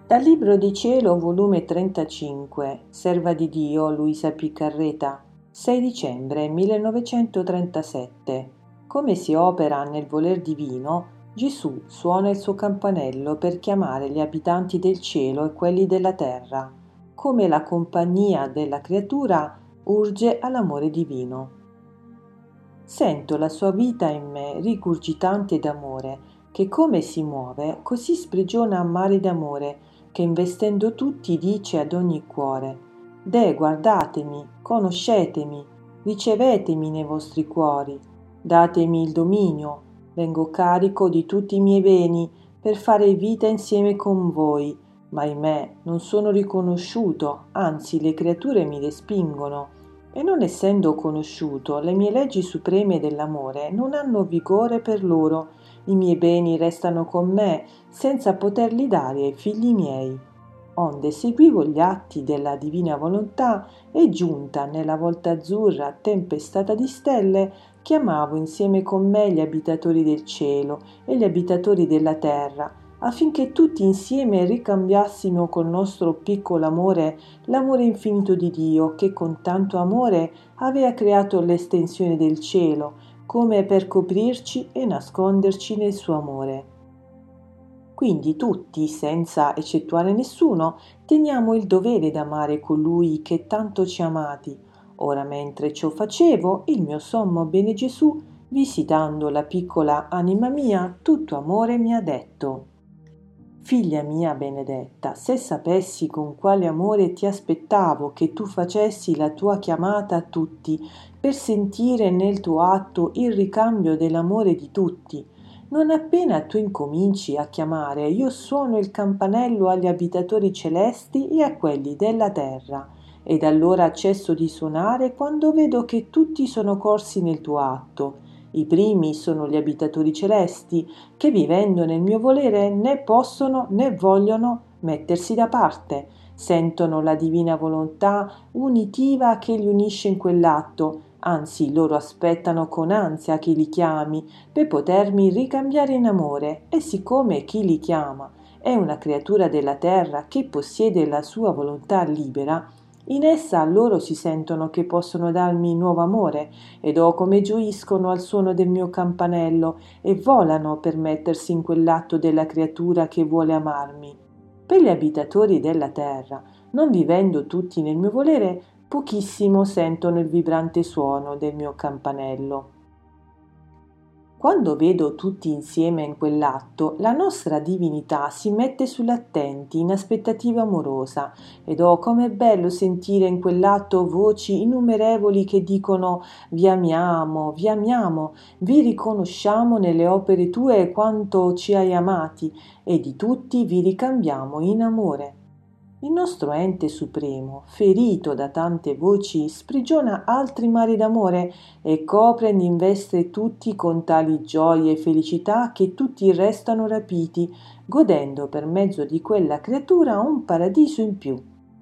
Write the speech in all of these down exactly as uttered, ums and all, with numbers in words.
Dal Libro di Cielo, volume trentacinque, Serva di Dio, Luisa Piccarreta, sei dicembre millenovecentotrentasette. Come si opera nel voler divino, Gesù suona il suo campanello per chiamare gli abitanti del cielo e quelli della terra, come la compagnia della creatura urge all'amore divino. Sento la sua vita in me rigurgitante d'amore, che come si muove, così sprigiona a mari d'amore, che investendo tutti dice ad ogni cuore: Deh, guardatemi, conoscetemi, ricevetemi nei vostri cuori, datemi il dominio, vengo carico di tutti i miei beni per fare vita insieme con voi, ma ahimè non sono riconosciuto, anzi le creature mi respingono, e non essendo conosciuto, le mie leggi supreme dell'amore non hanno vigore per loro, i miei beni restano con me senza poterli dare ai figli miei. Onde seguivo gli atti della divina volontà e giunta nella volta azzurra tempestata di stelle, chiamavo insieme con me gli abitatori del cielo e gli abitatori della terra, affinché tutti insieme ricambiassimo col nostro piccolo amore l'amore infinito di Dio, che con tanto amore aveva creato l'estensione del cielo, come per coprirci e nasconderci nel suo amore. Quindi tutti, senza eccettuare nessuno, teniamo il dovere d'amare colui che tanto ci ha amati. Ora, mentre ciò facevo, il mio sommo bene Gesù, visitando la piccola anima mia, tutto amore mi ha detto: Figlia mia benedetta, se sapessi con quale amore ti aspettavo che tu facessi la tua chiamata a tutti, per sentire nel tuo atto il ricambio dell'amore di tutti. Non appena tu incominci a chiamare, io suono il campanello agli abitatori celesti e a quelli della terra, ed allora cesso di suonare quando vedo che tutti sono corsi nel tuo atto. I primi sono gli abitatori celesti, che vivendo nel mio volere né possono né vogliono mettersi da parte, sentono la divina volontà unitiva che li unisce in quell'atto, anzi loro aspettano con ansia che li chiami per potermi ricambiare in amore, e siccome chi li chiama è una creatura della terra che possiede la sua volontà libera, in essa loro si sentono che possono darmi nuovo amore, ed oh come gioiscono al suono del mio campanello e volano per mettersi in quell'atto della creatura che vuole amarmi. Per gli abitatori della terra, non vivendo tutti nel mio volere, pochissimo sentono il vibrante suono del mio campanello. Quando vedo tutti insieme in quell'atto, la nostra divinità si mette sull'attenti in aspettativa amorosa, ed oh com'è bello sentire in quell'atto voci innumerevoli che dicono: vi amiamo, vi amiamo, vi riconosciamo nelle opere tue quanto ci hai amati, e di tutti vi ricambiamo in amore. Il nostro ente supremo, ferito da tante voci, sprigiona altri mari d'amore e copre ed investe tutti con tali gioie e felicità che tutti restano rapiti, godendo per mezzo di quella creatura un paradiso in più.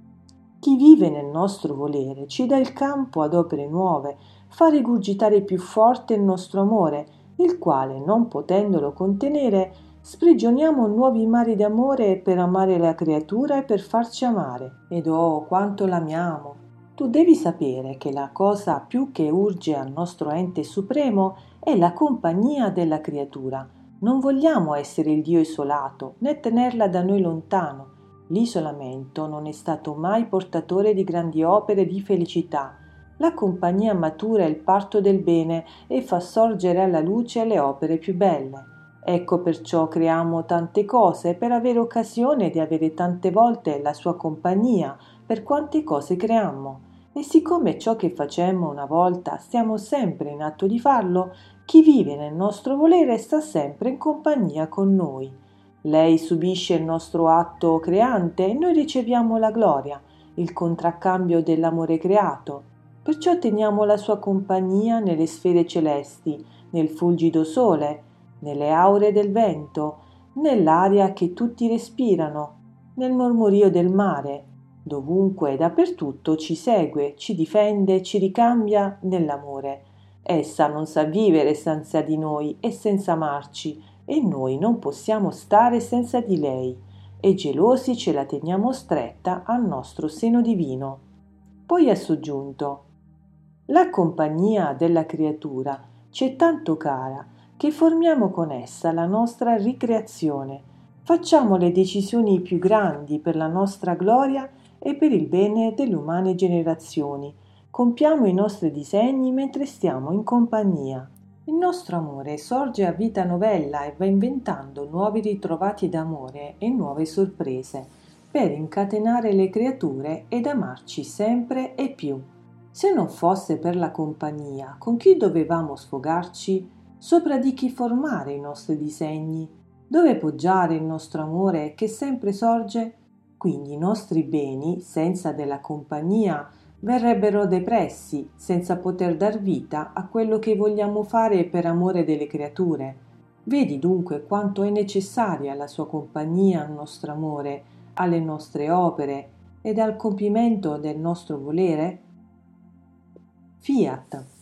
Chi vive nel nostro volere ci dà il campo ad opere nuove, fa rigurgitare più forte il nostro amore, il quale, non potendolo contenere, sprigioniamo nuovi mari d'amore per amare la creatura e per farci amare. Ed oh, quanto l'amiamo! Tu devi sapere che la cosa più che urge al nostro ente supremo è la compagnia della creatura. Non vogliamo essere il Dio isolato, né tenerla da noi lontano. L'isolamento non è stato mai portatore di grandi opere di felicità. La compagnia matura è il parto del bene e fa sorgere alla luce le opere più belle. Ecco perciò creiamo tante cose per avere occasione di avere tante volte la sua compagnia per quante cose creiamo. E siccome ciò che facemmo una volta stiamo sempre in atto di farlo, chi vive nel nostro volere sta sempre in compagnia con noi. Lei subisce il nostro atto creante e noi riceviamo la gloria, il contraccambio dell'amore creato. Perciò teniamo la sua compagnia nelle sfere celesti, nel fulgido sole, nelle aure del vento, nell'aria che tutti respirano, nel mormorio del mare, dovunque e dappertutto ci segue, ci difende, ci ricambia nell'amore. Essa non sa vivere senza di noi e senza amarci, e noi non possiamo stare senza di lei. e gelosi ce la teniamo stretta al nostro seno divino. Poi ha soggiunto: la compagnia della creatura ci è tanto cara che formiamo con essa la nostra ricreazione, facciamo le decisioni più grandi per la nostra gloria e per il bene delle umane generazioni, compiamo i nostri disegni mentre stiamo in compagnia. Il nostro amore sorge a vita novella e va inventando nuovi ritrovati d'amore e nuove sorprese per incatenare le creature ed amarci sempre e più. Se non fosse per la compagnia, con chi dovevamo sfogarci? Sopra di chi formare i nostri disegni? Dove poggiare il nostro amore che sempre sorge? Quindi i nostri beni, senza della compagnia, verrebbero depressi, senza poter dar vita a quello che vogliamo fare per amore delle creature. Vedi dunque quanto è necessaria la sua compagnia al nostro amore, alle nostre opere ed al compimento del nostro volere? Fiat.